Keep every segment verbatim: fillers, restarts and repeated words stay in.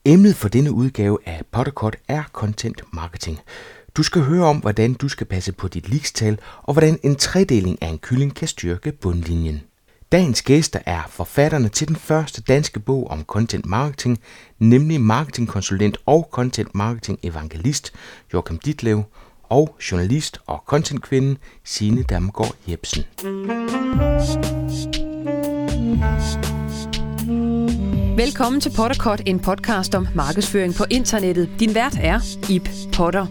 Emnet for denne udgave af Potterkort er content marketing. Du skal høre om, hvordan du skal passe på dit leadstal, og hvordan en tredeling af en kylling kan styrke bundlinjen. Dagens gæster er forfatterne til den første danske bog om content marketing, nemlig marketingkonsulent og content marketing evangelist Joachim Ditlev og journalist og contentkvinde Signe Damgaard Jepsen. Velkommen til Potterkort, en podcast om markedsføring på internettet. Din vært er Ib Potter.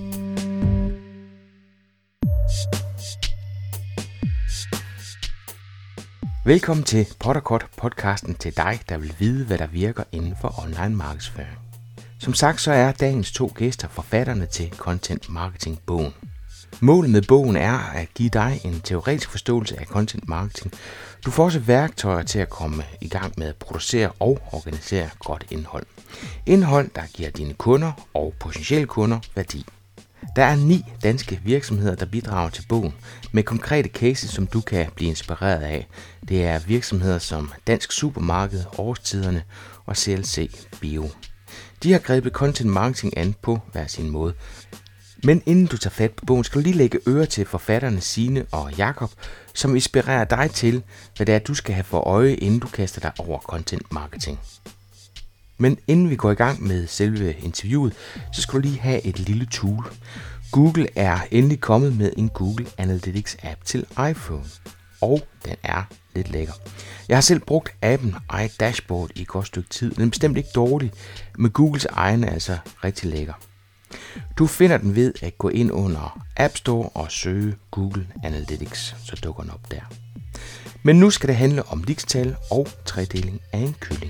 Velkommen til Potterkort, podcasten til dig, der vil vide, hvad der virker inden for online markedsføring. Som sagt, så er dagens to gæster forfatterne til Content Marketing bogen. Målet med bogen er at give dig en teoretisk forståelse af content marketing. Du får også værktøjer til at komme i gang med at producere og organisere godt indhold. Indhold, der giver dine kunder og potentielle kunder værdi. Der er ni danske virksomheder, der bidrager til bogen med konkrete cases, som du kan blive inspireret af. Det er virksomheder som Dansk Supermarked, Årstiderne og C L C Bio. De har grebet content marketing an på hver sin måde. Men inden du tager fat på bogen, skal du lige lægge øre til forfatterne Signe og Jakob, som inspirerer dig til, hvad det er, du skal have for øje, inden du kaster dig over content marketing. Men inden vi går i gang med selve interviewet, så skal du lige have et lille tool. Google er endelig kommet med en Google Analytics app til iPhone, og den er lidt lækker. Jeg har selv brugt appen iDashboard i et godt stykke tid. Den er bestemt ikke dårlig, men Googles egen er altså rigtig lækker. Du finder den ved at gå ind under App Store og søge Google Analytics, så dukker den op der. Men nu skal det handle om leadstal og tredeling af en kylling.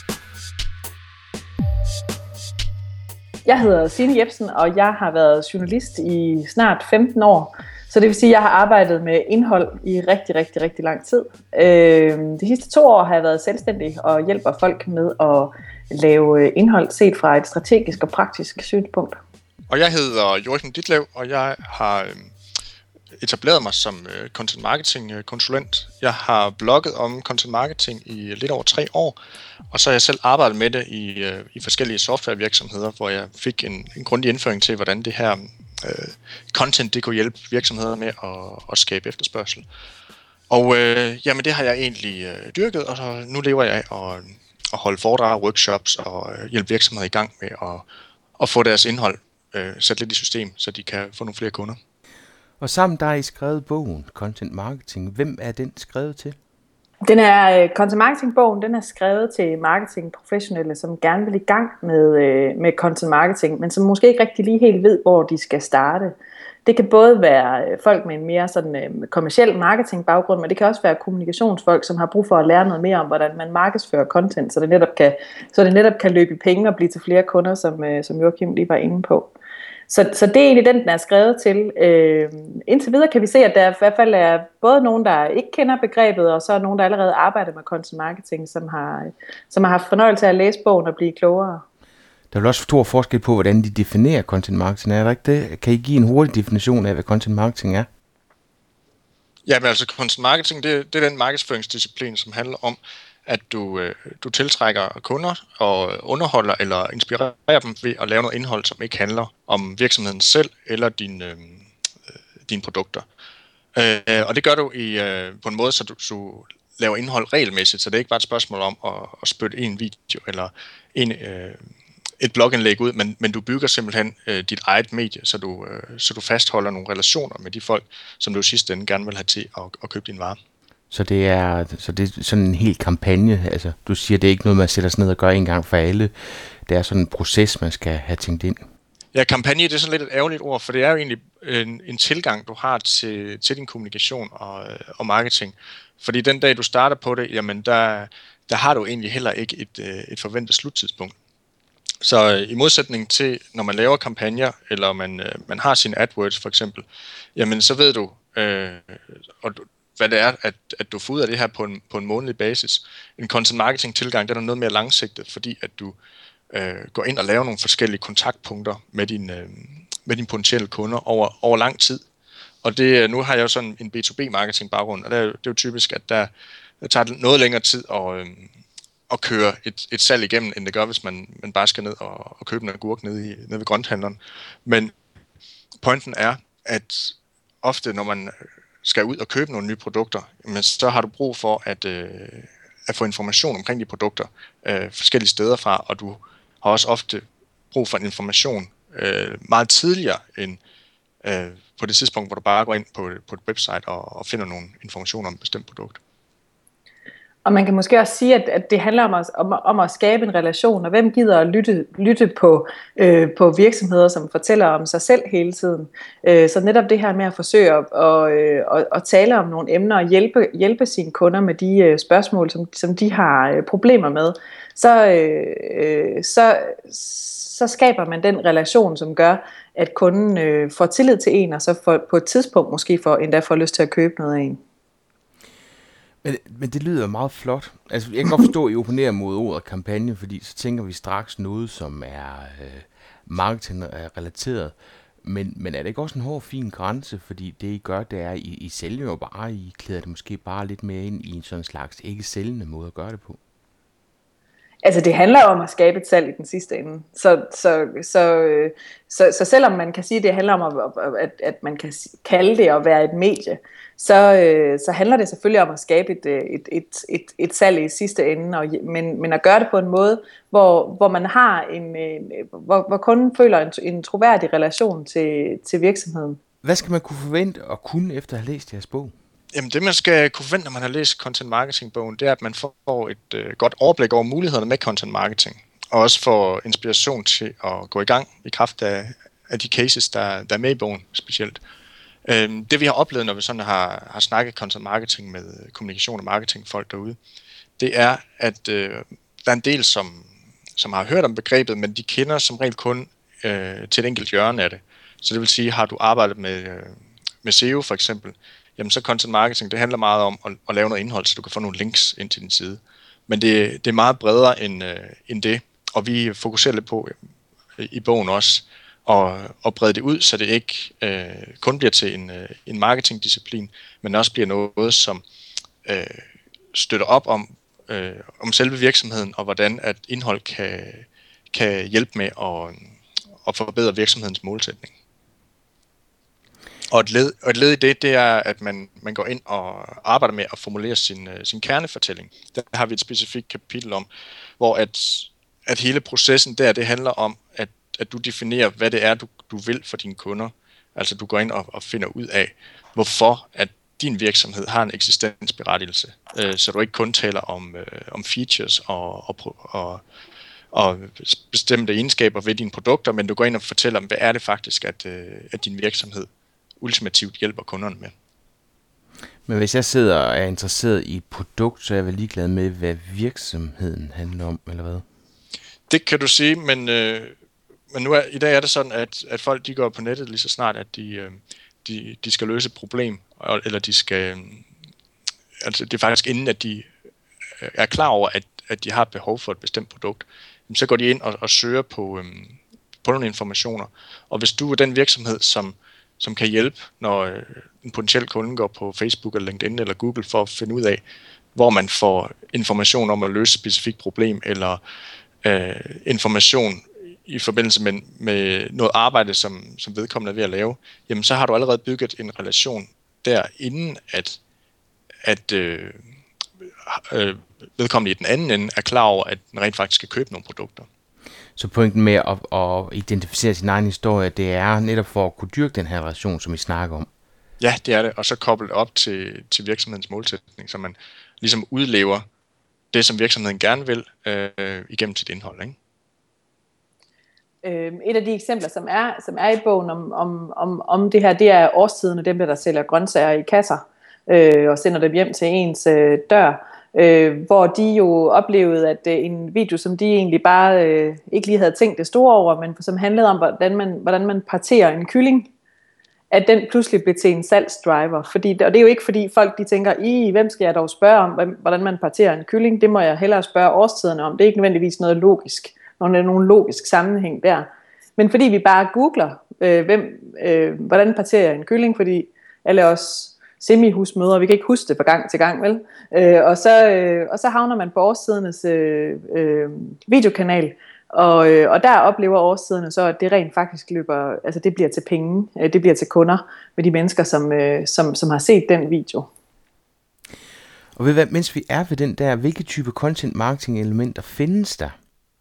Jeg hedder Signe Jepsen, og jeg har været journalist i snart femten år. Så det vil sige, at jeg har arbejdet med indhold i rigtig, rigtig, rigtig lang tid. De sidste to år har jeg været selvstændig og hjælper folk med at lave indhold set fra et strategisk og praktisk synspunkt. Og jeg hedder Joachim Ditlev, og jeg har etableret mig som content marketing konsulent. Jeg har blogget om content marketing i lidt over tre år, og så har jeg selv arbejdet med det i, i forskellige softwarevirksomheder, hvor jeg fik en, en grundig indføring til, hvordan det her øh, content det kunne hjælpe virksomheder med at, at skabe efterspørgsel. Og øh, jamen det har jeg egentlig øh, dyrket, og så nu lever jeg af at, at holde foredrag, workshops og øh, hjælpe virksomheder i gang med at, at få deres indhold øh, sat lidt i system, så de kan få nogle flere kunder. Og sammen der er I skrevet bogen Content Marketing. Hvem er den skrevet til? Den er Content Marketing bogen, den er skrevet til marketing professionelle, som gerne vil i gang med, med content marketing, men som måske ikke rigtig lige helt ved, hvor de skal starte. Det kan både være folk med en mere sådan kommerciel marketing baggrund, men det kan også være kommunikationsfolk, som har brug for at lære noget mere om, hvordan man markedsfører content, så det netop kan, så det netop kan løbe i penge og blive til flere kunder, som, som Joachim lige var inde på. Så, så det er egentlig den, den er skrevet til. Øh, indtil videre kan vi se, at der i hvert fald er både nogen, der ikke kender begrebet, og så er nogen, der allerede arbejder med content marketing, som har, som har haft fornøjelse af at læse bogen og blive klogere. Der er vel også stor forskel på, hvordan de definerer content marketing. Er der ikke det? Kan I give en hurtig definition af, hvad content marketing er? Ja, men altså content marketing, det, det er den markedsføringsdisciplin, som handler om, at du, øh, du tiltrækker kunder og underholder eller inspirerer dem ved at lave noget indhold, som ikke handler om virksomheden selv eller din, øh, dine produkter. Øh, og det gør du i, øh, på en måde, så du, du laver indhold regelmæssigt, så det er ikke bare et spørgsmål om at, at spytte en video eller en, øh, et blogindlæg ud, men, men du bygger simpelthen øh, dit eget medie, så du, øh, så du fastholder nogle relationer med de folk, som du i sidste ende gerne vil have til at, at købe din vare. Så det er så det er sådan en hel kampagne. Altså, du siger, det er ikke noget, man sætter sig ned og gør en gang for alle. Det er sådan en proces, man skal have tænkt ind. Ja, kampagne, det er sådan lidt et ærgerligt ord, for det er jo egentlig en, en tilgang, du har til, til din kommunikation og, og marketing. Fordi den dag, du starter på det, jamen der, der har du egentlig heller ikke et, et forventet sluttidspunkt. Så i modsætning til, når man laver kampagner, eller man, man har sin AdWords for eksempel, jamen så ved du, øh, og du, hvad det er, at, at du får ud af det her på en, på en månedlig basis. En content marketing tilgang, den er noget mere langsigtet, fordi at du øh, går ind og laver nogle forskellige kontaktpunkter med, din, øh, med dine potentielle kunder over, over lang tid. Og det, nu har jeg jo sådan en B to B marketing baggrund, og det er, jo, det er jo typisk, at der, der tager noget længere tid at, øh, at køre et, et salg igennem, end det gør, hvis man, man bare skal ned og, og købe en agurk nede, i, nede ved grønthandleren. Men pointen er, at ofte, når man skal ud og købe nogle nye produkter, men så har du brug for at, øh, at få information omkring de produkter øh, forskellige steder fra, og du har også ofte brug for en information øh, meget tidligere end øh, på det tidspunkt, hvor du bare går ind på, på et website og, og finder nogle informationer om et bestemt produkt. Og man kan måske også sige, at, at det handler om at, om, om at skabe en relation, og hvem gider at lytte, lytte på, øh, på virksomheder, som fortæller om sig selv hele tiden. Øh, så netop det her med at forsøge at, og, øh, at, at tale om nogle emner og hjælpe, hjælpe sine kunder med de øh, spørgsmål, som, som de har øh, problemer med, så, øh, så, så skaber man den relation, som gør, at kunden øh, får tillid til en, og så for, på et tidspunkt måske får, endda får lyst til at købe noget af en. Men, men det lyder meget flot. Altså, jeg kan godt forstå, at I opponerer mod ordet kampagne, fordi så tænker vi straks noget, som er øh, marketing-relateret. Men, men er det ikke også en hård, fin grænse? Fordi det, I gør, det er, at I, I sælger jo bare, I klæder det måske bare lidt mere ind i en sådan slags ikke-sælgende måde at gøre det på. Altså det handler om at skabe et salg i den sidste ende. Så, så, så, så, så selvom man kan sige, at det handler om, at, at, at man kan kalde det at være et medie, så, så handler det selvfølgelig om at skabe et, et, et, et, et salg i sidste ende, og, men, men at gøre det på en måde, hvor, hvor man har en, hvor, hvor kunden føler en, en troværdig relation til, til virksomheden. Hvad skal man kunne forvente og kunne efter at have læst jeres bog? Jamen det man skal kunne forvente, når man har læst Content Marketing-bogen, det er, at man får et øh, godt overblik over mulighederne med content marketing, og også får inspiration til at gå i gang i kraft af, af de cases, der, der er med i bogen specielt. Øhm, det vi har oplevet, når vi sådan har, har snakket content marketing med kommunikation og marketingfolk derude, det er, at øh, der er en del, som, som har hørt om begrebet, men de kender som regel kun øh, til et enkelt hjørne af det. Så det vil sige, har du arbejdet med, øh, med S E O for eksempel, jamen så content marketing, det handler meget om at, at lave noget indhold, så du kan få nogle links ind til din side. Men det, det er meget bredere end, øh, end det, og vi fokuserer lidt på øh, i bogen også, og, og brede det ud, så det ikke øh, kun bliver til en, øh, en marketingdisciplin, men også bliver noget, som øh, støtter op om, øh, om selve virksomheden, og hvordan at indhold kan, kan hjælpe med at, at forbedre virksomhedens målsætning. Og et, led, og et led i det, det er, at man, man går ind og arbejder med at formulere sin, sin kernefortælling. Der har vi et specifikt kapitel om, hvor at, at hele processen der, det handler om, at, at du definerer, hvad det er, du, du vil for dine kunder. Altså du går ind og, og finder ud af, hvorfor at din virksomhed har en eksistensberettigelse. Øh, så du ikke kun taler om, øh, om features og, og, og, og bestemte egenskaber ved dine produkter, men du går ind og fortæller, hvad er det faktisk, at, øh, at din virksomhed ultimativt hjælper kunderne med. Men hvis jeg sidder og er interesseret i et produkt, så er jeg vel ligeglad med, hvad virksomheden handler om, eller hvad? Det kan du sige, men, øh, men nu er, i dag er det sådan, at, at folk de går på nettet lige så snart, at de, øh, de, de skal løse et problem, eller de skal, øh, altså det er faktisk inden, at de er klar over, at, at de har et behov for et bestemt produkt, så går de ind og, og søger på, øh, på nogle informationer. Og hvis du er den virksomhed, som som kan hjælpe, når øh, en potentiel kunde går på Facebook eller LinkedIn eller Google for at finde ud af, hvor man får information om at løse et specifikt problem, eller øh, information i forbindelse med, med noget arbejde, som, som vedkommende er ved at lave, jamen så har du allerede bygget en relation der, inden at, at øh, øh, vedkommende i den anden ende er klar over, at den rent faktisk skal købe nogle produkter. Så pointen med at, at identificere sin egen historie, det er netop for at kunne dyrke den her relation, som I snakker om. Ja, det er det, og så koble det op til, til virksomhedens målsætning, så man ligesom udlever det, som virksomheden gerne vil, øh, igennem sit indhold, ikke? Øh, et af de eksempler, som er, som er i bogen om, om, om, om det her, det er årstiderne, dem der sælger grøntsager i kasser, øh, og sender dem hjem til ens øh, dør. Øh, hvor de jo oplevede, at øh, en video, som de egentlig bare øh, ikke lige havde tænkt det store over, men som handlede om, hvordan man, hvordan man parterer en kylling, at den pludselig blev til en salgsdriver. Fordi, og det er jo ikke fordi folk de tænker, i hvem skal jeg dog spørge om, hvordan man parterer en kylling, det må jeg hellere spørge årstiderne om. Det er ikke nødvendigvis noget logisk, når der er nogen logisk sammenhæng der. Men fordi vi bare googler, øh, hvem, øh, hvordan parterer jeg en kylling, fordi alle os semi-husmødre, vi kan ikke huske det fra gang til gang, vel? Øh, og, så, øh, og så havner man på årssidernes øh, øh, videokanal, og, øh, og der oplever årsiderne så, at det rent faktisk løber, altså det bliver til penge, øh, det bliver til kunder med de mennesker, som, øh, som, som har set den video. Og ved hvad, mens vi er ved den der, hvilke type content marketing elementer findes der?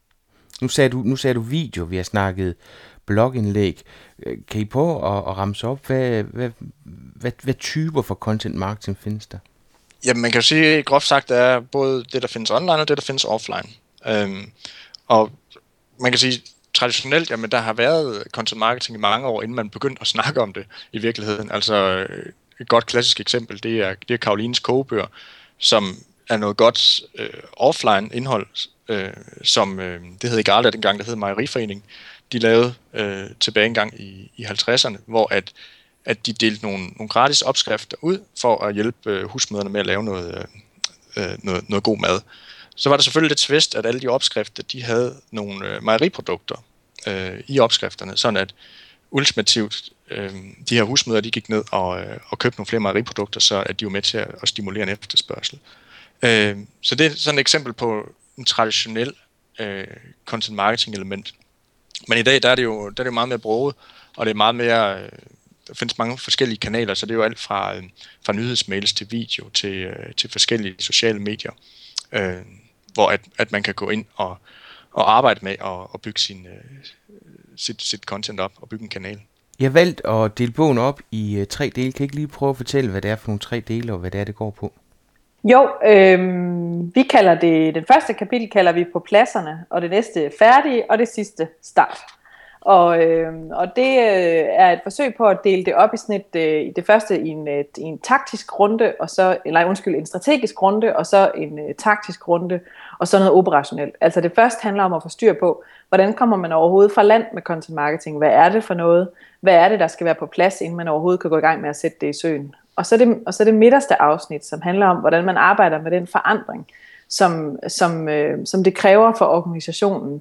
Nu sagde du, nu sagde du video, vi har snakket blogindlæg. Kan I prøve at, at ramse op, hvad, hvad, hvad, hvad typer for content marketing findes der? Jamen man kan jo sige, groft sagt, der er både det, der findes online og det, der findes offline. Øhm, og man kan sige, traditionelt, jamen der har været content marketing i mange år, inden man begyndte at snakke om det i virkeligheden. Altså et godt klassisk eksempel, det er, det er Karolines kogebøger, som er noget godt øh, offline indhold, øh, som øh, det hed ikke Arla dengang, det hed Mejeriforening. De lavede øh, tilbage engang i, i halvtredserne, hvor at, at de delte nogle, nogle gratis opskrifter ud for at hjælpe øh, husmødrene med at lave noget, øh, noget, noget god mad. Så var der selvfølgelig lidt twist, at alle de opskrifter, de havde nogle øh, mejeriprodukter øh, i opskrifterne, sådan at ultimativt øh, de her husmødre, de gik ned og, øh, og købte nogle flere mejeriprodukter, så at de var med til at, at stimulere en efterspørgsel. Øh, så det er sådan et eksempel på en traditionel øh, content marketing element. Men i dag, der er det jo, der er det jo meget mere broget, og det er meget mere, øh, der findes mange forskellige kanaler, så det er jo alt fra, øh, fra nyhedsmails til video til, øh, til forskellige sociale medier, øh, hvor at, at man kan gå ind og, og arbejde med at, at bygge sin, øh, sit, sit content op og bygge en kanal. Jeg har valgt at dele bogen op i øh, tre dele. Kan I ikke lige prøve at fortælle, hvad det er for nogle tre dele, og hvad det er, det går på? Jo, øh, vi kalder det, den første kapitel kalder vi på pladserne, og det næste færdige, og det sidste start. Og, øh, og det øh, er et forsøg på at dele det op i sådan et, øh, det første i en, et, i en taktisk runde, og så, eller undskyld, en strategisk runde, og så en øh, taktisk runde, og så noget operationelt. Altså det første handler om at få styr på, hvordan kommer man overhovedet fra land med content marketing? Hvad er det for noget? Hvad er det, der skal være på plads, inden man overhovedet kan gå i gang med at sætte det i søen? Og så det, og så det midterste afsnit, som handler om, hvordan man arbejder med den forandring, som, som, øh, som det kræver for organisationen,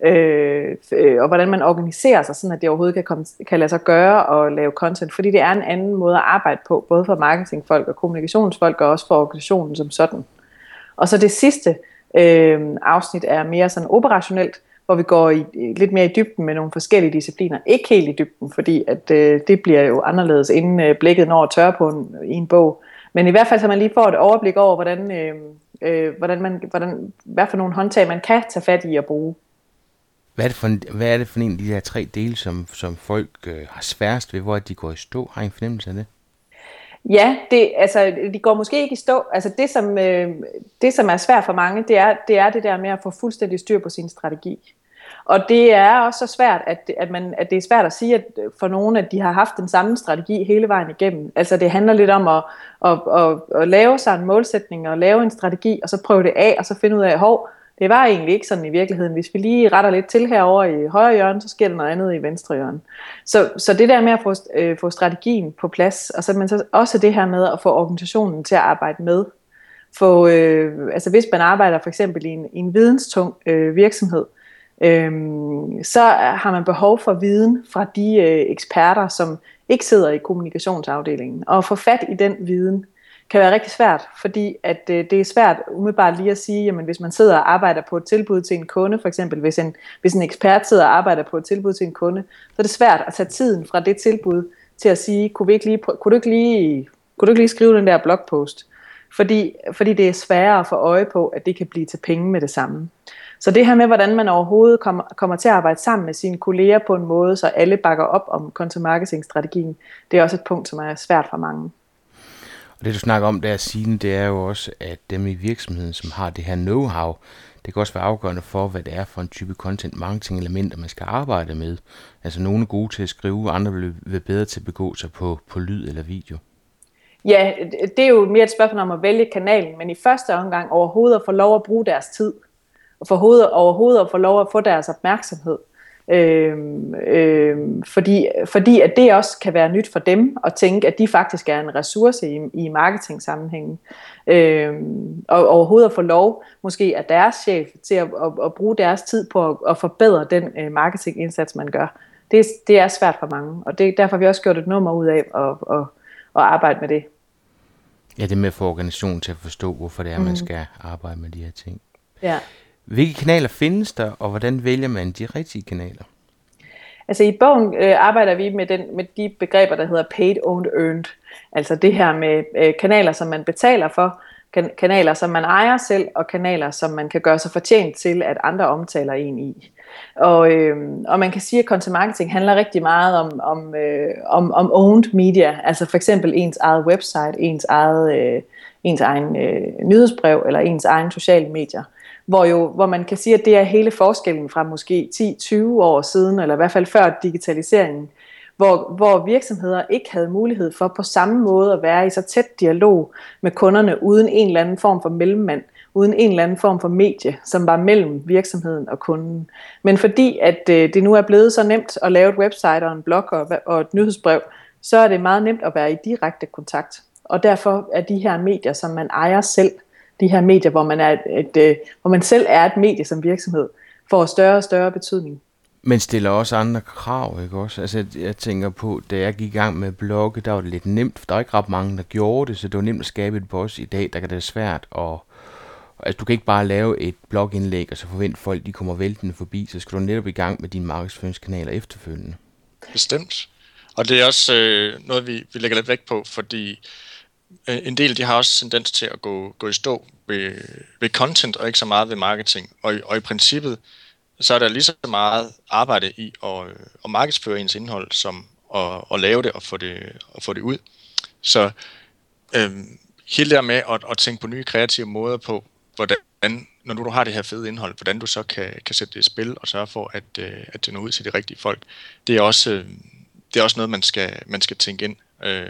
øh, øh, og hvordan man organiserer sig, sådan at det overhovedet kan, komme, kan lade sig gøre og lave content, fordi det er en anden måde at arbejde på, både for marketingfolk og kommunikationsfolk, og også for organisationen som sådan. Og så det sidste øh, afsnit er mere sådan operationelt, hvor vi går i, lidt mere i dybden med nogle forskellige discipliner. Ikke helt i dybden, fordi at, øh, det bliver jo anderledes, inden øh, blikket når at tørre på en, i en bog. Men i hvert fald, så man lige får et overblik over, hvordan, øh, øh, hvordan man, hvordan, hvad for nogle håndtag man kan tage fat i at bruge. Hvad er det for en, hvad er det for en af de her tre dele, som, som folk øh, har sværest ved, hvor de går i stå? Har I en fornemmelse af det? Ja, det, altså, de går måske ikke i stå. Altså, det, som, øh, det, som er svært for mange, det er, det er det der med at få fuldstændig styr på sin strategi. Og det er også så svært, at, at, man, at det er svært at sige, at for nogen, at de har haft den samme strategi hele vejen igennem. Altså det handler lidt om at, at, at, at lave sig en målsætning og lave en strategi, og så prøve det af, og så finde ud af, hov, det var egentlig ikke sådan i virkeligheden. Hvis vi lige retter lidt til herover i højre hjørne, så sker der noget andet i venstre hjørne. Så, så det der med at få, øh, få strategien på plads, og så, men så også det her med at få organisationen til at arbejde med. For, øh, altså hvis man arbejder for eksempel i en, i en videnstung øh, virksomhed, Øhm, så har man behov for viden fra de øh, eksperter, som ikke sidder i kommunikationsafdelingen. Og at få fat i den viden kan være rigtig svært, fordi at, øh, det er svært umiddelbart lige at sige, jamen hvis man sidder og arbejder på et tilbud til en kunde, for eksempel hvis en, hvis en ekspert sidder og arbejder på et tilbud til en kunde, så er det svært at tage tiden fra det tilbud til at sige, kunne, vi ikke lige, kunne, du, ikke lige, kunne du ikke lige skrive den der blogpost? Fordi, fordi det er sværere at få øje på, at det kan blive til penge med det samme. Så det her med, hvordan man overhovedet kommer, kommer til at arbejde sammen med sine kolleger på en måde, så alle bakker op om content marketing strategien, det er også et punkt, som er svært for mange. Og det du snakker om der, Signe, det er jo også, at dem i virksomheden, som har det her know-how, det kan også være afgørende for, hvad det er for en type content marketing elementer, man skal arbejde med. Altså nogle er gode til at skrive, andre vil være bedre til at begå sig på, på lyd eller video. Ja, det er jo mere et spørgsmål om at vælge kanalen, men i første omgang overhovedet at få lov at bruge deres tid, og for hovedet, overhovedet at få lov at få deres opmærksomhed. Øhm, øhm, fordi, fordi at det også kan være nyt for dem at tænke, at de faktisk er en ressource i, i marketing-sammenhængen. Øhm, og overhovedet at få lov, måske af deres chef, til at, at, at bruge deres tid på at, at forbedre den uh, marketingindsats, man gør. Det, det er svært for mange, og det, derfor har vi også gjort et nummer ud af at, at, at arbejde med det. Ja, det med at få organisationen til at forstå, hvorfor det er, mm. man skal arbejde med de her ting. Ja. Hvilke kanaler findes der, og hvordan vælger man de rigtige kanaler? Altså i bogen øh, arbejder vi med, den, med de begreber, der hedder paid, owned, earned. Altså det her med øh, kanaler, som man betaler for, kan, kanaler, som man ejer selv, og kanaler, som man kan gøre sig fortjent til, at andre omtaler en i. Og, øh, og man kan sige, at content marketing handler rigtig meget om, om, øh, om, om owned media, altså for eksempel ens eget website, ens, eget, øh, ens egen øh, nyhedsbrev, eller ens egen sociale medier. Hvor, jo, hvor man kan sige, at det er hele forskellen fra måske ti til tyve år siden, eller i hvert fald før digitaliseringen, hvor, hvor virksomheder ikke havde mulighed for på samme måde at være i så tæt dialog med kunderne, uden en eller anden form for mellemmand, uden en eller anden form for medie, som var mellem virksomheden og kunden. Men fordi at øh, det nu er blevet så nemt at lave et website og en blog og, og et nyhedsbrev, så er det meget nemt at være i direkte kontakt. Og derfor er de her medier, som man ejer selv, de her medier, hvor man, er et, et, et, hvor man selv er et medie som virksomhed, får større og større betydning. Men stiller også andre krav, ikke også? Altså, jeg tænker på, da jeg gik i gang med blogge, der var det lidt nemt, for der er ikke ret mange, der gjorde det, så det var nemt at skabe et boss. I dag, der kan det være svært, og altså, du kan ikke bare lave et blogindlæg, og så forvente folk, de kommer væltende forbi, så skal du netop i gang med dine markedsføringskanaler efterfølgende. Bestemt. Og det er også øh, noget, vi, vi lægger lidt vægt på, fordi en del de har også tendens til at gå, gå i stå ved, ved content og ikke så meget ved marketing. Og, og i princippet så er der lige så meget arbejde i at, at markedsføre ens indhold som at, at lave det og få det, og få det ud. Så øhm, hele det med at, at tænke på nye kreative måder på, hvordan, når du har det her fede indhold, hvordan du så kan, kan sætte det i spil og sørge for, at, at det når ud til de rigtige folk. Det er også, det er også noget, man skal, man skal tænke ind. Øh,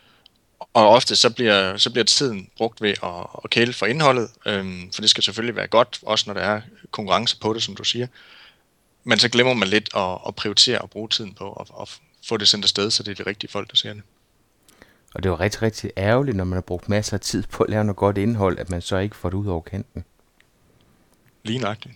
Og ofte så bliver, så bliver tiden brugt ved at, at kæle for indholdet, øhm, for det skal selvfølgelig være godt, også når der er konkurrence på det, som du siger. Men så glemmer man lidt at, at prioritere og bruge tiden på at, at få det sendt afsted, så det er de rigtige folk, der ser det. Og det var rigtig, rigtig ærgerligt, når man har brugt masser af tid på at lave noget godt indhold, at man så ikke får det ud over kanten. Lige nøjagtigt.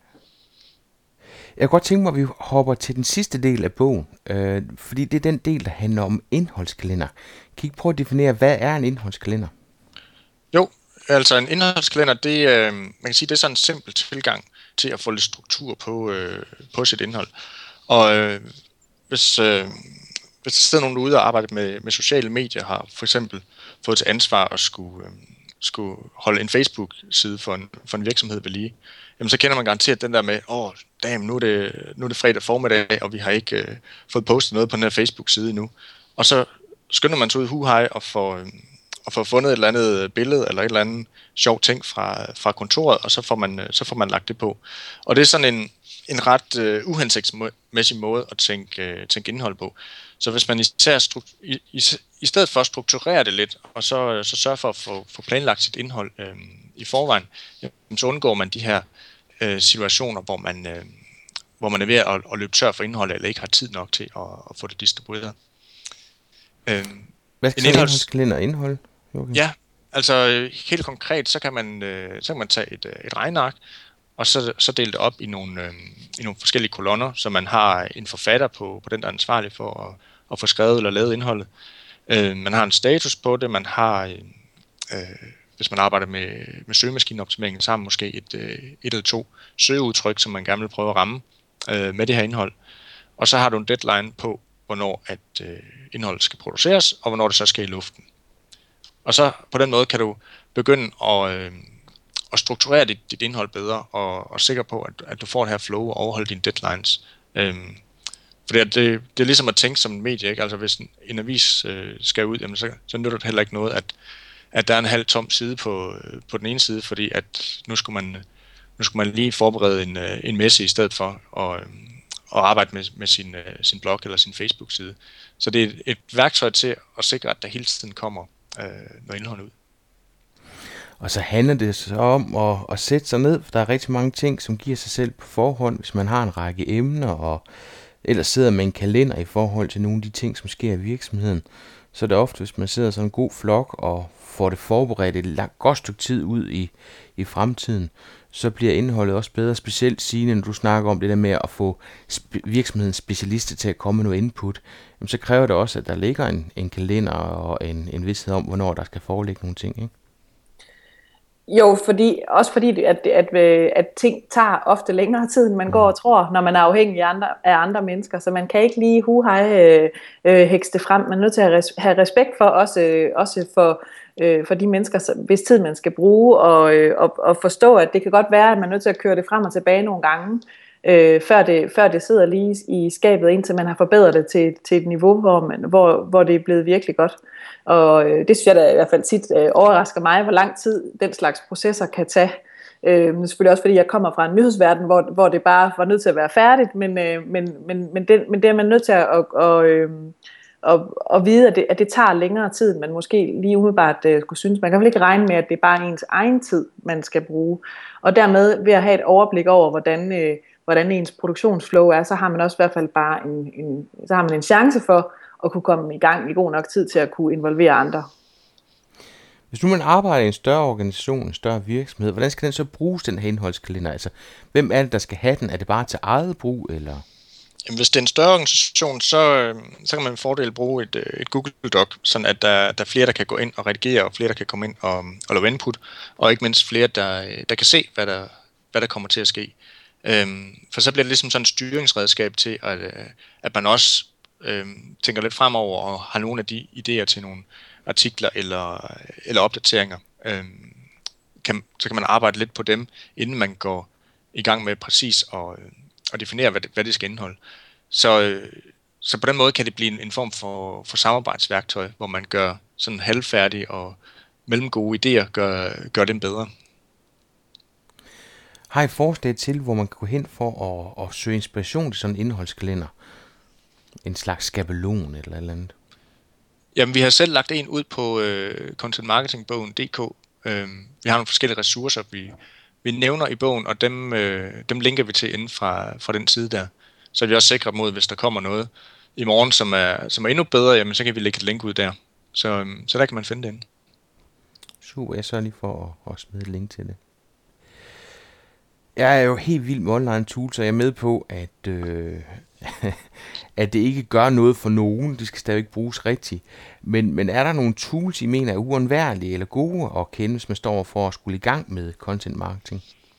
Jeg kunne godt tænke mig, at vi hopper til den sidste del af bogen, øh, fordi det er den del, der handler om indholdskalender. Kan I prøve at definere, hvad er en indholdskalender? Jo, altså en indholdskalender, det, øh, man kan sige, det er sådan en simpel tilgang til at få lidt struktur på, øh, på sit indhold. Og øh, hvis, øh, hvis der sidder nogen derude og arbejder med, med sociale medier, har for eksempel fået til ansvar at skulle, øh, skulle holde en Facebook-side for en, for en virksomhed ved lige, jamen så kender man garanteret den der med, åh, oh, damn, nu er, det, nu er det fredag formiddag, og vi har ikke øh, fået postet noget på den her Facebook-side endnu. Og så skynder man sig ud i huhej og får, øh, og får fundet et eller andet billede, eller et eller andet sjovt ting fra, fra kontoret, og så får, man, øh, så får man lagt det på. Og det er sådan en, en ret øh, uhensigtsmæssig måde at tænke, øh, tænke indhold på. Så hvis man især struktur, i, i, i stedet for at strukturere det lidt, og så, så sørge for at få, få planlagt sit indhold øh, i forvejen, jamen, så undgår man de her øh, situationer, hvor man, øh, hvor man er ved at, at løbe tør for indhold, eller ikke har tid nok til at, at få det distribueret. Øh, Hvad skal en indholdskalender indhold? Okay. Ja, altså helt konkret, så kan man, øh, så kan man tage et, et regneark, og så, så dele det op i nogle, øh, i nogle forskellige kolonner, så man har en forfatter på, på den, der er ansvarlig for at, at få skrevet eller lavet indholdet. Øh, man har en status på det, man har, øh, hvis man arbejder med, med søgemaskineoptimering, så har man måske et, øh, et eller to søgeudtryk, som man gerne vil prøve at ramme øh, med det her indhold. Og så har du en deadline på, hvornår at øh, indholdet skal produceres, og hvornår det så skal i luften. Og så på den måde kan du begynde at, øh, at strukturere dit, dit indhold bedre, og, og sikker på, at, at du får det her flow og overholde dine deadlines. Øhm, for det, det, det er ligesom at tænke som en medie, ikke? Altså hvis en, en avis øh, skal ud, jamen, så, så nytter det heller ikke noget, at, at der er en halv tom side på, på den ene side, fordi at nu skulle man, nu skulle man lige forberede en, en messe i stedet for at, at arbejde med, med sin, sin blog eller sin Facebook-side. Så det er et, et værktøj til at sikre, at der hele tiden kommer øh, noget indhold ud. Og så handler det så om at, at sætte sig ned, for der er rigtig mange ting, som giver sig selv på forhånd, hvis man har en række emner, og ellers sidder med en kalender i forhold til nogle af de ting, som sker i virksomheden. så er det ofte, hvis man sidder sådan en god flok og får det forberedt et langt, godt stykke tid ud i, i fremtiden, så bliver indholdet også bedre, specielt Signe, når du snakker om det der med at få sp- virksomhedens specialister til at komme med noget input, jamen, så kræver det også, at der ligger en, en kalender og en, en vidsthed om, hvornår der skal foreligge nogle ting, ikke? Jo, fordi, også fordi, at, at, at ting tager ofte længere tid, end man går og tror, når man er afhængig af andre, af andre mennesker. Så man kan ikke lige huhej øh, øh, hækse det frem. Man er nødt til at res- have respekt for, også, øh, også for, øh, for de mennesker, hvis tid man skal bruge, og, øh, og, og forstå, at det kan godt være, at man er nødt til at køre det frem og tilbage nogle gange, øh, før, det, før det sidder lige i skabet, indtil man har forbedret det til, til et niveau, hvor, man, hvor, hvor det er blevet virkelig godt. Og øh, det synes jeg da i hvert fald tit øh, overrasker mig, hvor lang tid den slags processer kan tage. Øh, men selvfølgelig også fordi jeg kommer fra en nyhedsverden, hvor, hvor det bare var nødt til at være færdigt, men, øh, men, men, men, det, men det er man nødt til at, at, at, øh, at, at vide, at det, at det tager længere tid, man måske lige umiddelbart øh, kunne synes. Man kan vel ikke regne med, at det er bare ens egen tid, man skal bruge. Og dermed ved at have et overblik over, hvordan, øh, hvordan ens produktionsflow er, så har man også i hvert fald bare en, en, så har man en chance for at kunne komme i gang i god nok tid til at kunne involvere andre. Hvis nu man arbejder i en større organisation, en større virksomhed, hvordan skal den så bruges, den her indholdskalender? Altså, hvem er det, der skal have den? Er det bare til eget brug, eller? Jamen, hvis det er en større organisation, så, så kan man med fordel bruge et, et Google Doc, sådan at der, der er flere, der kan gå ind og redigere, og flere, der kan komme ind og, og lave input, og ikke mindst flere, der, der kan se, hvad der, hvad der kommer til at ske. Øhm, for så bliver det ligesom sådan et styringsredskab til, at, at man også øhm, tænker lidt fremover og har nogle af de idéer til nogle artikler eller, eller opdateringer. Øhm, kan, så kan man arbejde lidt på dem, inden man går i gang med præcis at, at definere, hvad det, hvad det skal indeholde. Så, øh, så på den måde kan det blive en, en form for, for samarbejdsværktøj, hvor man gør sådan halvfærdige og mellemgode idéer, gør, gør dem bedre. Har I forslag til, hvor man kan gå hen for at, at søge inspiration til sådan en indholdskalender? En slags skabelon eller eller andet? Jamen, vi har selv lagt en ud på øh, content marketing bogen punktum d k. Øh, vi har nogle forskellige ressourcer, vi, vi nævner i bogen, og dem, øh, dem linker vi til inden fra, fra den side der. Så er vi også sikre mod, hvis der kommer noget i morgen, som er, som er endnu bedre, jamen, så kan vi lægge et link ud der. Så, øh, så der kan man finde det inde. Super, jeg sørger lige for at, at smide et link til det. Jeg er jo helt vild med online tools, og jeg er med på, at, øh, at det ikke gør noget for nogen. De skal stadig bruges rigtigt. Men, men er der nogle tools, I mener er uundværlige eller gode at kende, hvis man står for at skulle i gang med content marketing?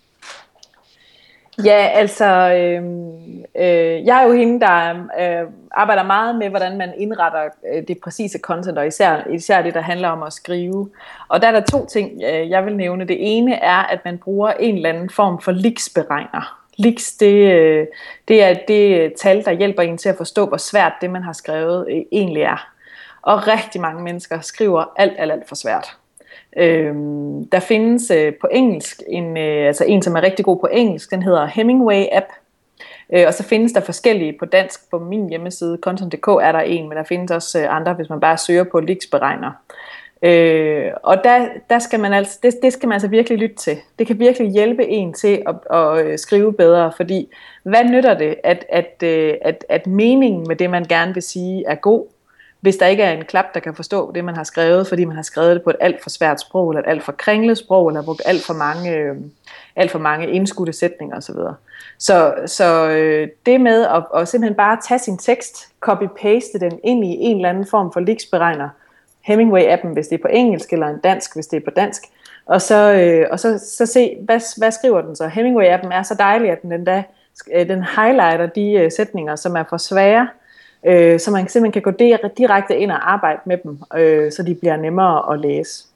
Ja, altså, øh, øh, jeg er jo hende, der øh, arbejder meget med, hvordan man indretter øh, det præcise content, og især, især det, der handler om at skrive. Og der er der to ting, øh, jeg vil nævne. Det ene er, at man bruger en eller anden form for leaks-beregner. Leaks, det, øh, det er det tal, der hjælper en til at forstå, hvor svært det, man har skrevet, øh, egentlig er. Og rigtig mange mennesker skriver alt, alt, alt for svært. Øhm, der findes øh, på engelsk en, øh, altså en, som er rigtig god på engelsk, den hedder Hemingway app, øh, og så findes der forskellige på dansk. På min hjemmeside content punktum d k er der en, men der findes også øh, andre, hvis man bare søger på leaks-beregner. Øh, og der, der skal man altså, det, det skal man altså virkelig lytte til. Det kan virkelig hjælpe en til at, at, at skrive bedre, fordi hvad nytter det, at, at, at, at meningen med det, man gerne vil sige, er god, hvis der ikke er en klap, der kan forstå det, man har skrevet, fordi man har skrevet det på et alt for svært sprog, eller et alt for kringlet sprog, eller brugt alt for mange, øh, alt for mange indskudte sætninger osv. Så, så øh, det med at, at simpelthen bare tage sin tekst, copy-paste den ind i en eller anden form for leaks-beregner, Hemingway-appen, hvis det er på engelsk, eller en dansk, hvis det er på dansk, og så, øh, og så, så se, hvad, hvad skriver den så. Hemingway-appen er så dejlig, at den, den, da, den highlighter de øh, sætninger, som er for svære, Øh, så man simpelthen kan gå direkte ind og arbejde med dem, øh, så de bliver nemmere at læse.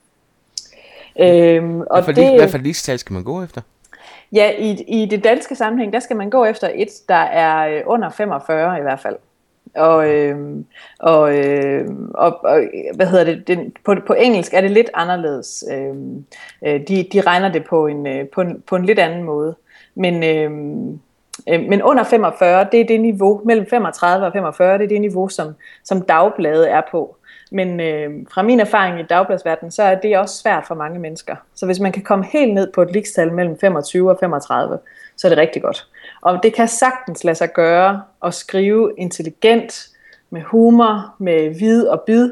Øh, og hvad, for det, hvad for ligestal skal man gå efter? Ja, i, i det danske sammenhæng, der skal man gå efter et, der er under femogfyrre i hvert fald. Og, øh, og, øh, og, og hvad hedder det, den, på, på engelsk er det lidt anderledes. Øh, de, de regner det på en, på en, på en lidt anden måde. Men... Øh, Men under femogfyrre, det er det niveau, mellem femogtredive og femogfyrre, det er det niveau, som, som dagbladet er på. Men øh, fra min erfaring i dagbladsverdenen, så er det også svært for mange mennesker. Så hvis man kan komme helt ned på et ligestal mellem femogtyve og femogtredive, så er det rigtig godt. Og det kan sagtens lade sig gøre at skrive intelligent, med humor, med vid og bid,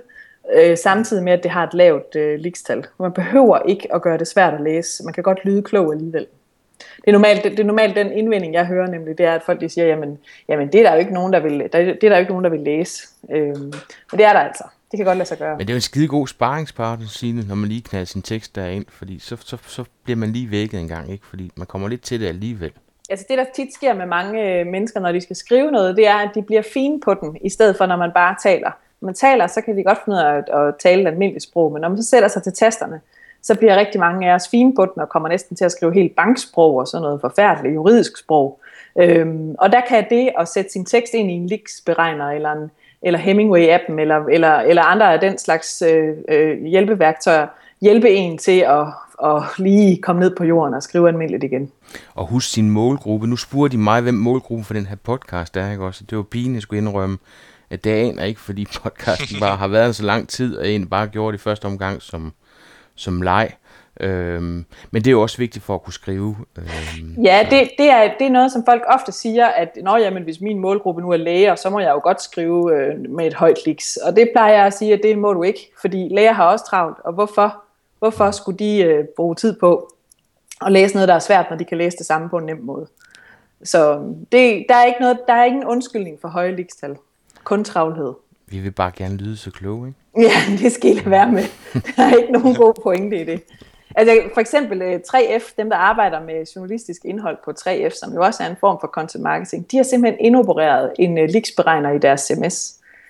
øh, samtidig med, at det har et lavt øh, likstal. Man behøver ikke at gøre det svært at læse. Man kan godt lyde klog alligevel. Det er normalt, det er normalt den indvending, jeg hører, nemlig det er, at folk de siger, jamen, jamen det er der jo ikke nogen, der vil, der, det er der jo ikke nogen, der vil læse. Øhm, men det er der altså. Det kan godt lade sig gøre. Men det er jo en skide god sparringspartner, Signe, når man lige knalder sin tekst derind, fordi så, så, så bliver man lige vækket en gang, ikke? Fordi man kommer lidt til det alligevel. Altså det, der tit sker med mange mennesker, når de skal skrive noget, det er, at de bliver fine på den, i stedet for, når man bare taler. Når man taler, så kan de godt finde ud af at, at tale et almindeligt sprog, men når man så sætter sig til tasterne, så bliver rigtig mange af os fine på den, og kommer næsten til at skrive helt banksprog og sådan noget forfærdeligt juridisk sprog. Øhm, og der kan det at sætte sin tekst ind i en liksberegner, eller, en, eller Hemingway-appen, eller, eller, eller andre af den slags øh, øh, hjælpeværktøjer, hjælpe en til at, at lige komme ned på jorden og skrive almindeligt igen. Og husk sin målgruppe. Nu spurgte de mig, hvem målgruppen for den her podcast er, ikke også? Det var pigen, jeg skulle indrømme, at det aner ikke, fordi podcasten bare har været så lang tid, og en bare gjorde det i første omgang som som leg. Øhm, men det er jo også vigtigt for at kunne skrive. Øhm, ja, det, det, er, det er noget, som folk ofte siger, at Nå, jamen, hvis min målgruppe nu er læger, så må jeg jo godt skrive øh, med et højt liks. Og det plejer jeg at sige, at det må du ikke, fordi læger har også travlt. Og hvorfor, hvorfor skulle de øh, bruge tid på at læse noget, der er svært, når de kan læse det samme på en nem måde? Så det, der, er ikke noget, der er ingen undskyldning for høje likstal. Kun travlhed. Vi vil bare gerne lyde så kloge, ikke? Ja, det skal I lade være med. Der er ikke nogen god pointe i det. Altså for eksempel tre F, dem der arbejder med journalistisk indhold på tre F, som jo også er en form for content marketing, de har simpelthen indopereret en liksberegner i deres sms.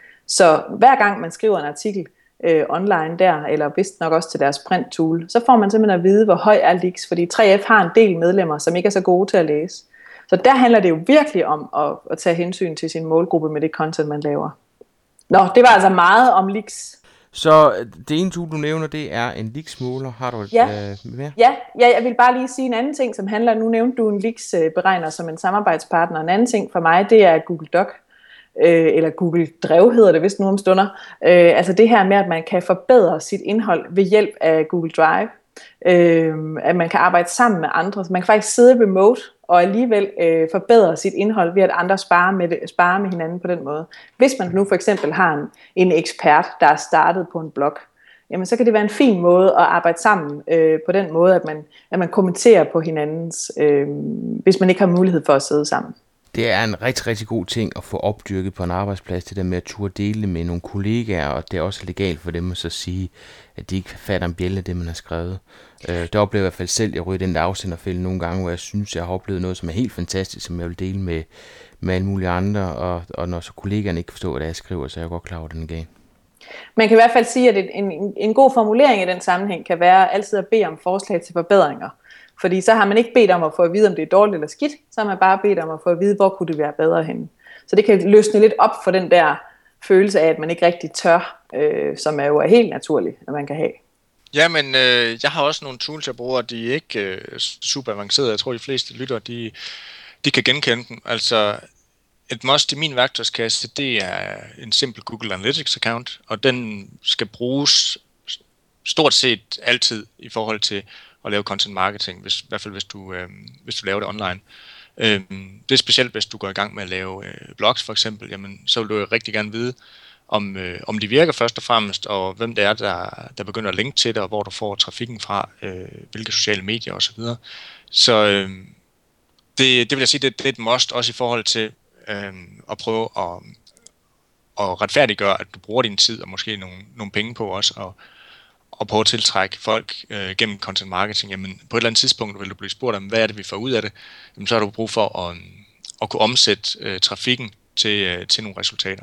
Så hver gang man skriver en artikel øh, online der, eller vist nok også til deres print tool, så får man simpelthen at vide, hvor høj er liks, fordi tre F har en del medlemmer, som ikke er så gode til at læse. Så der handler det jo virkelig om at, at tage hensyn til sin målgruppe med det content, man laver. Nå, det var altså meget om liks. Så det ene tool, du nævner, det er en liksmåler. Har du et ja. øh, mere? Ja, ja, jeg vil bare lige sige en anden ting, som handler, nu nævnte du en liksberegner som en samarbejdspartner. En anden ting for mig, det er Google Doc, øh, eller Google Drive hedder det vist nu om stunder. Øh, altså det her med, at man kan forbedre sit indhold ved hjælp af Google Drive. Øh, at man kan arbejde sammen med andre. Så man kan faktisk sidde remote og alligevel øh, forbedre sit indhold ved at andre sparer med, det, sparer med hinanden på den måde. Hvis man nu for eksempel har en, en ekspert, der er startet på en blog, jamen så kan det være en fin måde at arbejde sammen øh, på den måde, at man, at man kommenterer på hinandens, øh, hvis man ikke har mulighed for at sidde sammen. Det er en rigtig, rigtig god ting at få opdyrket på en arbejdsplads, det der med at turde dele det med nogle kollegaer, og det er også legalt for dem at så sige, at de ikke fatter en bjælde det, man har skrevet. Øh, der oplever jeg i hvert fald selv, at jeg ryger den der afsenderfælde nogle gange, hvor jeg synes, jeg har oplevet noget, som er helt fantastisk, som jeg vil dele med, med alle mulige andre, og, og når så kollegaerne ikke forstår, hvad det er, jeg skriver, så er jeg godt klar over den igen. Man kan i hvert fald sige, at en, en, en god formulering i den sammenhæng kan være altid at bede om forslag til forbedringer. Fordi så har man ikke bedt om at få at vide, om det er dårligt eller skidt, så har man bare bedt om at få at vide, hvor kunne det være bedre henne. Så det kan løsne lidt op for den der følelse af, at man ikke rigtig tør, øh, som er jo er helt naturligt, at man kan have. Ja, men øh, jeg har også nogle tools, jeg bruger, de er ikke øh, super avancerede. Jeg tror, de fleste lytter, de, de kan genkende dem. Altså, et must i min værktøjskasse, det er en simpel Google Analytics account, og den skal bruges stort set altid i forhold til at lave content marketing, hvis, i hvert fald hvis du, øh, hvis du laver det online. Øh, det er specielt, hvis du går i gang med at lave øh, blogs for eksempel, jamen, så vil du jo rigtig gerne vide, om, øh, om de virker først og fremmest, og hvem det er, der, der begynder at linke til det, og hvor du får trafikken fra, øh, hvilke sociale medier osv. Så, så øh, det, det vil jeg sige, det, det er et must, også i forhold til øh, at prøve at, at retfærdiggøre, at du bruger din tid, og måske nogle, nogle penge på også, og og prøve at tiltrække folk øh, gennem content marketing. Jamen, på et eller andet tidspunkt vil du blive spurgt om, hvad er det, vi får ud af det? Jamen, så har du brug for at, at kunne omsætte øh, trafikken til, øh, til nogle resultater.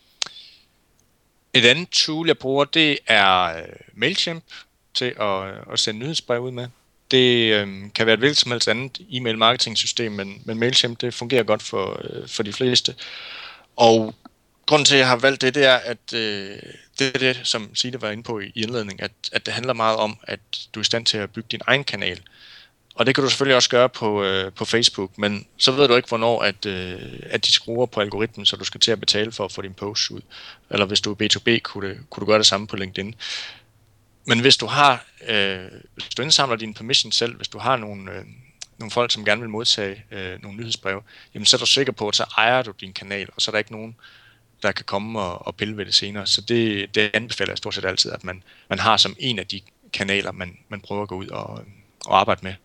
Et andet tool, jeg bruger, det er øh, Mailchimp til at, at sende nyhedsbrev ud med. Det øh, kan være et hvilket som helst andet e-mail marketing system, men, men Mailchimp, det fungerer godt for, øh, for de fleste. Og grunden til, at jeg har valgt det, det er, at øh, det er det, som Signe var inde på i indledning, at, at det handler meget om, at du er i stand til at bygge din egen kanal. Og det kan du selvfølgelig også gøre på, øh, på Facebook, men så ved du ikke, hvornår at, øh, at de skruer på algoritmen, så du skal til at betale for at få din posts ud. Eller hvis du er B to B, kunne, det, kunne du gøre det samme på LinkedIn. Men hvis du har, øh, hvis du indsamler dine permission selv, hvis du har nogle, øh, nogle folk, som gerne vil modtage øh, nogle nyhedsbreve, jamen så er du sikker på, at så ejer du din kanal, og så er der ikke nogen der kan komme og, og pille ved det senere. Så det, det anbefaler jeg stort set altid, at man, man har som en af de kanaler, man, man prøver at gå ud og, og arbejde med.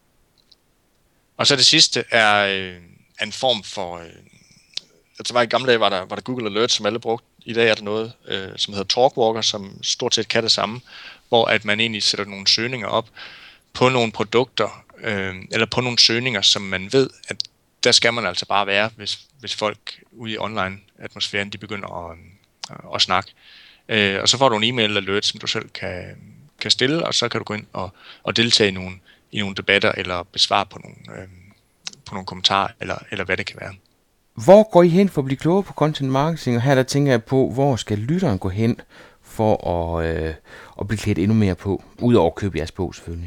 Og så det sidste er øh, en form for... Øh, altså var i gamle dage var der, var der Google Alerts, som alle brugte. I dag er der noget, øh, som hedder Talkwalker, som stort set kan det samme, hvor at man egentlig sætter nogle søgninger op på nogle produkter, øh, eller på nogle søgninger, som man ved, at der skal man altså bare være, hvis, hvis folk ude i online-atmosfæren, de begynder at, at snakke. Øh, og så får du en e-mail alert, som du selv kan, kan stille, og så kan du gå ind og, og deltage i nogle, i nogle debatter, eller besvare på nogle, øh, på nogle kommentarer, eller, eller hvad det kan være. Hvor går I hen for at blive klogere på content marketing? Og her der tænker jeg på, hvor skal lytteren gå hen for at, øh, at blive klædt endnu mere på, udover at købe jeres bog selvfølgelig?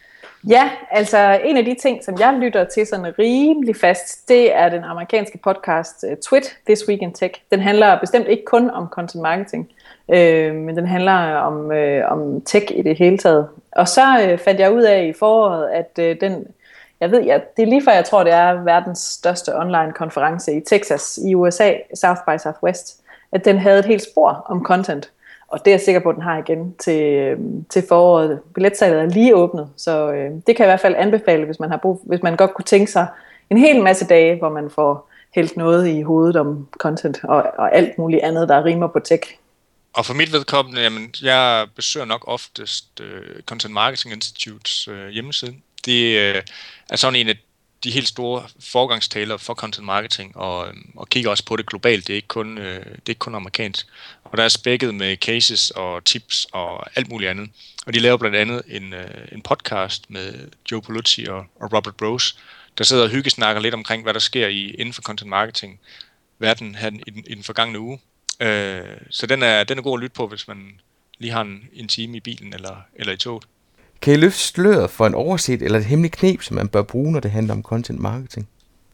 Ja, altså en af de ting, som jeg lytter til sådan rimelig fast, det er den amerikanske podcast uh, Twit, This Week in Tech. Den handler bestemt ikke kun om content marketing, øh, men den handler om, øh, om tech i det hele taget. Og så øh, fandt jeg ud af i foråret, at øh, den, jeg ved, ja, det er lige før jeg tror, det er verdens største online konference i Texas i U S A, South by Southwest, at den havde et helt spor om content. Og det er jeg sikker på, at den har igen til, til foråret. Billetsalget er lige åbnet, så øh, det kan jeg i hvert fald anbefale, hvis man har brug, hvis man godt kunne tænke sig en hel masse dage, hvor man får hældt noget i hovedet om content og, og alt muligt andet, der rimer på tech. Og for mit vedkommende, jamen, jeg besøger nok oftest uh, Content Marketing Institutes uh, hjemmeside. Det uh, er sådan en af de helt store forgangstaler for content marketing, og, og kigger også på det globalt. Det er ikke kun, uh, det er ikke kun amerikansk. Og der er spækket med cases og tips og alt muligt andet. Og de laver blandt andet en, uh, en podcast med Joe Pulizzi og, og Robert Brose, der sidder og hyggesnakker lidt omkring, hvad der sker i, inden for content marketing verden her i den, i den forgangne uge. Uh, så den er, den er god at lytte på, hvis man lige har en, en time i bilen eller, eller i toget. Kan I løfte sløret for en oversigt eller et hemmeligt knep, som man bør bruge, når det handler om content marketing?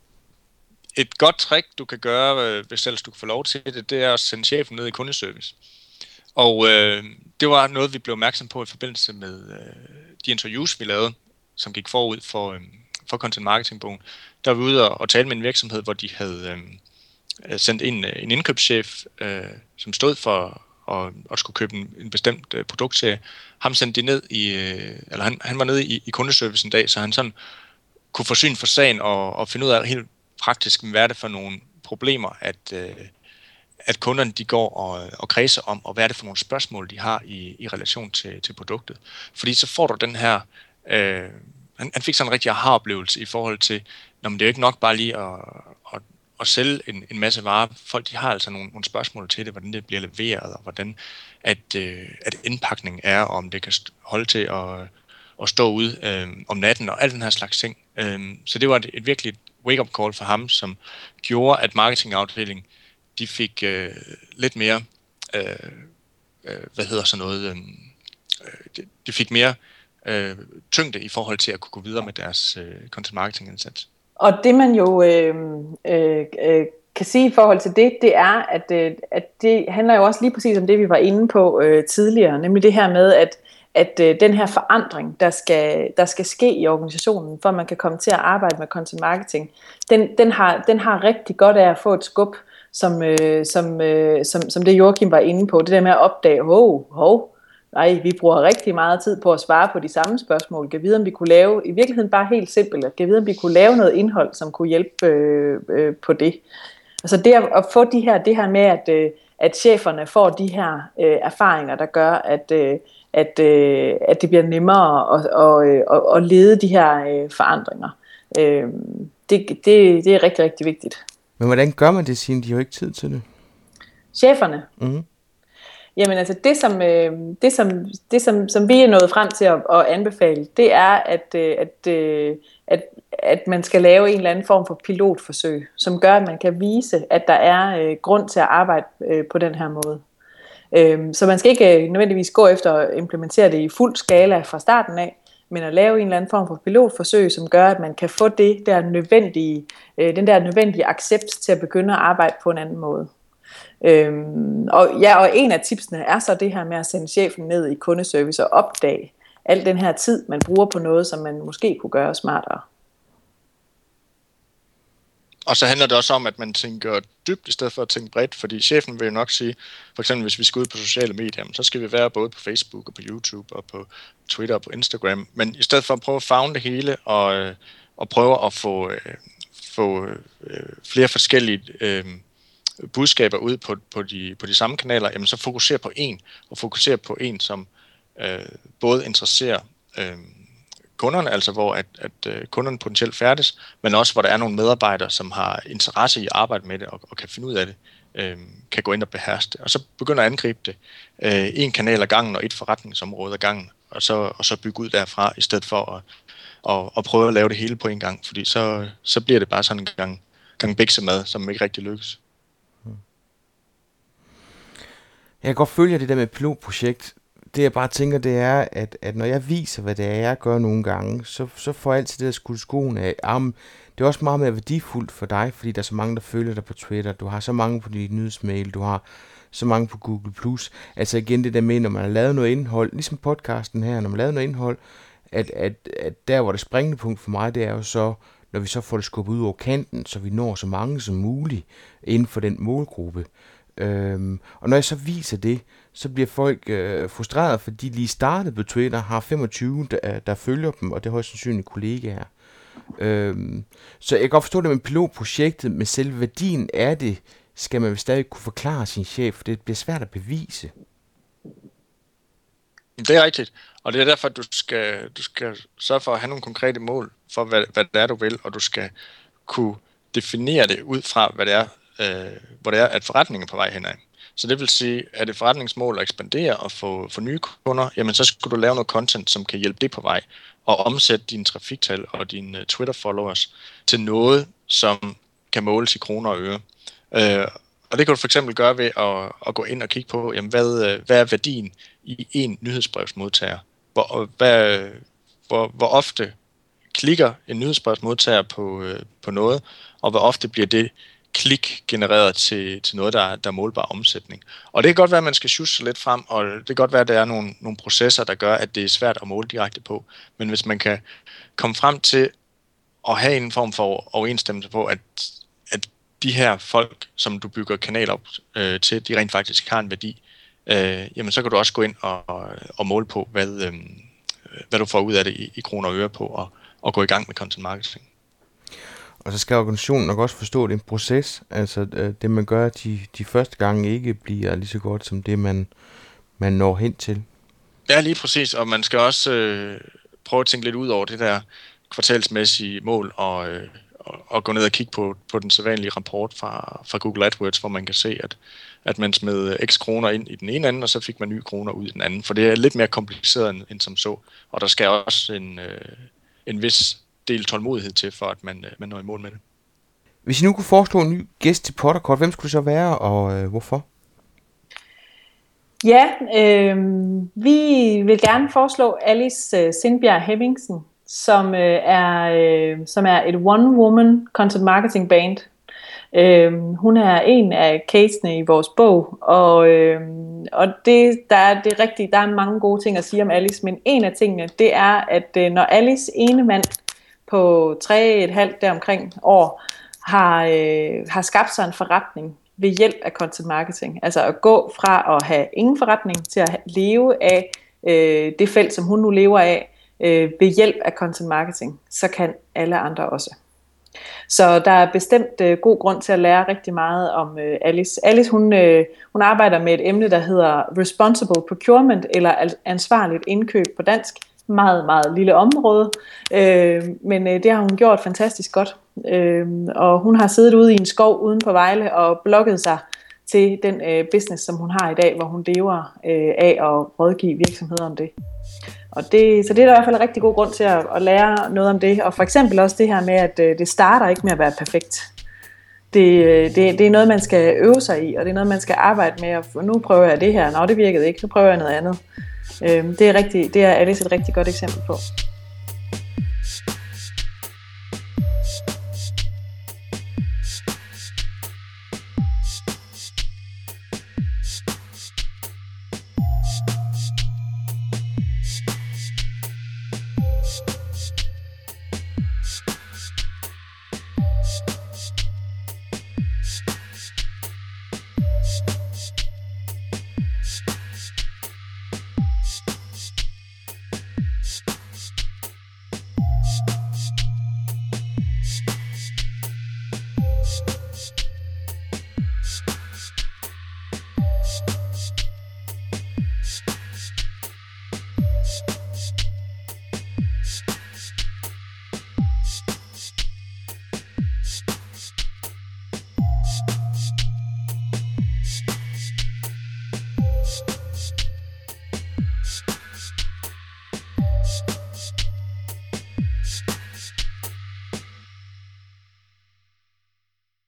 Et godt trick, du kan gøre, hvis ellers du kan få lov til det, det er at sende chefen ned i kundeservice. Og øh, det var noget, vi blev opmærksom på i forbindelse med øh, de interviews, vi lavede, som gik forud for, øh, for content marketing-bogen. Der var vi ude og, og tale med en virksomhed, hvor de havde øh, sendt en, en indkøbschef, øh, som stod for at, at skulle købe en, en bestemt øh, produktserie. Ham sendte de ned i, øh, eller han, han var nede i, i kundeservice en dag, så han sådan kunne få syn for sagen og, og finde ud af helt praktisk, hvad er det for nogle problemer, at, øh, at kunderne de går og, og kredser om, og hvad er det for nogle spørgsmål, de har i, i relation til, til produktet. Fordi så får du den her, øh, han, han fik sådan en rigtig aha-oplevelse i forhold til, når det er jo ikke nok bare lige at, at, at sælge en, en masse varer. Folk de har altså nogle, nogle spørgsmål til det, hvordan det bliver leveret, og hvordan at, øh, at indpakningen er, og om det kan holde til at, at stå ude øh, om natten, og al den her slags ting. Øh, så det var et, et virkelig wake-up call for ham, som gjorde, at marketingafdelingen de fik øh, lidt mere, øh, øh, hvad hedder sådan noget, øh, de, de fik mere øh, tyngde i forhold til at kunne gå videre med deres øh, content marketing indsats. Og det man jo øh, øh, øh, kan sige i forhold til det, det er, at, øh, at det handler jo også lige præcis om det, vi var inde på øh, tidligere, nemlig det her med, at at øh, den her forandring, der skal, der skal ske i organisationen, for at man kan komme til at arbejde med content marketing, den, den, har, den har rigtig godt af at få et skub, som, øh, som, øh, som, som det Joachim var inde på, det der med at opdage, hov, hov, nej, vi bruger rigtig meget tid på at svare på de samme spørgsmål, kan vide, om vi kunne lave, i virkeligheden bare helt simpelt, kan vide, om vi kunne lave noget indhold, som kunne hjælpe øh, øh, på det. Altså det at, at få de her, det her med, at, øh, at cheferne får de her øh, erfaringer, der gør, at øh, At, øh, at det bliver nemmere at, at, at, at lede de her øh, forandringer. Øh, det, det, det er rigtig, rigtig vigtigt. Men hvordan gør man det, siden de har jo ikke tid til det? Cheferne? Mm-hmm. Jamen altså, det som, øh, det, som, det som, som vi er nået frem til at, at anbefale, det er, at, øh, at, øh, at, at man skal lave en eller anden form for pilotforsøg, som gør, at man kan vise, at der er øh, grund til at arbejde øh, på den her måde. Så man skal ikke nødvendigvis gå efter at implementere det i fuld skala fra starten af, men at lave en eller anden form for pilotforsøg, som gør, at man kan få det der nødvendige, den der nødvendige accept til at begynde at arbejde på en anden måde. Og, ja, og en af tipsene er så det her med at sende chefen ned i kundeservice og opdage al den her tid, man bruger på noget, som man måske kunne gøre smartere. Og så handler det også om, at man tænker dybt i stedet for at tænke bredt, fordi chefen vil jo nok sige, for eksempel hvis vi skal ud på sociale medier, så skal vi være både på Facebook og på YouTube og på Twitter og på Instagram, men i stedet for at prøve at favne det hele og, og prøve at få, få flere forskellige øh, budskaber ud på, på, de, på de samme kanaler, jamen så fokusere på en, og fokusere på en, som øh, både interesserer øh, kunderne, altså hvor at, at kunderne potentielt færdes, men også hvor der er nogle medarbejdere, som har interesse i at arbejde med det og, og kan finde ud af det, øh, kan gå ind og beherske det. Og så begynder at angribe det øh, en kanal ad gangen og et forretningsområde ad gangen, og så, og så bygge ud derfra, i stedet for at, at, at prøve at lave det hele på en gang, fordi så, så bliver det bare sådan en gang, gang biksemad, som ikke rigtig lykkes. Jeg kan godt følge det der med pilotprojekt. Det jeg bare tænker, det er, at, at når jeg viser, hvad det er, jeg gør nogle gange, så, så får jeg altid det der skudt skoen af. Um, det er også meget mere værdifuldt for dig, fordi der er så mange, der følger dig på Twitter. Du har så mange på dit nyhedsmail, du har så mange på Google plus. Altså igen det der med, når man har lavet noget indhold, ligesom podcasten her, når man har lavet noget indhold, at, at, at der hvor det springende punkt for mig, det er jo så, når vi så får det skubbet ud over kanten, så vi når så mange som muligt inden for den målgruppe. Øhm, og når jeg så viser det, så bliver folk øh, frustreret, fordi de lige startede på Twitter, har femogtyve, der, der følger dem, og det er højst sandsynligt kollegaer. Øhm, så jeg kan godt forstå det med pilotprojektet, men selve værdien af det, skal man stadig kunne forklare sin chef, for det bliver svært at bevise. Det er rigtigt, og det er derfor, at du skal, du skal sørge for at have nogle konkrete mål for, hvad, hvad det er, du vil, og du skal kunne definere det ud fra, hvad det er, øh, hvor det er, at forretningen er på vej henad. Så det vil sige, at det forretningsmål at ekspandere og få, få nye kunder, jamen så skal du lave noget content, som kan hjælpe det på vej, og omsætte dine trafiktal og dine Twitter-followers til noget, som kan måles i kroner og øre. Øh, og det kan du for eksempel gøre ved at, at gå ind og kigge på, jamen hvad, hvad er værdien i en nyhedsbrevsmodtager? Hvor, hvad, hvor, hvor ofte klikker en nyhedsbrevsmodtager på, på noget, og hvor ofte bliver det klik genereret til, til noget, der, der er målbar omsætning. Og det kan godt være, at man skal sjusse lidt frem, og det kan godt være, at der er nogle, nogle processer, der gør, at det er svært at måle direkte på. Men hvis man kan komme frem til at have en form for overensstemmelse på, at, at de her folk, som du bygger kanaler op øh, til, de rent faktisk har en værdi, øh, jamen så kan du også gå ind og, og måle på, hvad, øh, hvad du får ud af det i, i kroner og øre på, og, og gå i gang med content marketing. Og så skal organisationen nok også forstå, at det er en proces. Altså det man gør de, de første gange ikke bliver lige så godt som det man, man når hen til. Ja, lige præcis. Og man skal også øh, prøve at tænke lidt ud over det der kvartalsmæssige mål og, øh, og, og gå ned og kigge på, på den sædvanlige rapport fra, fra Google AdWords, hvor man kan se, at, at man smed x kroner ind i den ene ende, og så fik man nye kroner ud i den anden. For det er lidt mere kompliceret end, end som så. Og der skal også en, øh, en vis del tålmodighed til, for at man, man når i mål med det. Hvis I nu kunne foreslå en ny gæst til Potterkort, hvem skulle det så være, og øh, hvorfor? Ja, øh, vi vil gerne foreslå Alice øh, Sindbjerg Hemmingsen, som, øh, er, øh, som er et one-woman content marketing band. Øh, hun er en af casene i vores bog, og, øh, og det, der, er, det er rigtigt, der er mange gode ting at sige om Alice, men en af tingene, det er, at øh, når Alice ene mand på tre et halvt deromkring år har, øh, har skabt sig en forretning ved hjælp af content marketing. Altså at gå fra at have ingen forretning til at leve af øh, det felt, som hun nu lever af, øh, ved hjælp af content marketing, så kan alle andre også. Så der er bestemt øh, god grund til at lære rigtig meget om øh, Alice. Alice hun, øh, hun arbejder med et emne, der hedder Responsible Procurement, eller ansvarligt indkøb på dansk. Meget, meget lille område, øh, men øh, det har hun gjort fantastisk godt. Øh, og hun har siddet ude i en skov uden på Vejle og blokket sig til den øh, business, som hun har i dag, hvor hun lever øh, af at rådgive virksomheder om det. Og det. Så det er der i hvert fald en rigtig god grund til at, at lære noget om det. Og for eksempel også det her med, at øh, det starter ikke med at være perfekt. Det, det, det er noget, man skal øve sig i, og det er noget, man skal arbejde med. Og nu prøver jeg det her, nå det virkede ikke, nu prøver jeg noget andet. Det er, rigtig, det er Alice et rigtig godt eksempel på.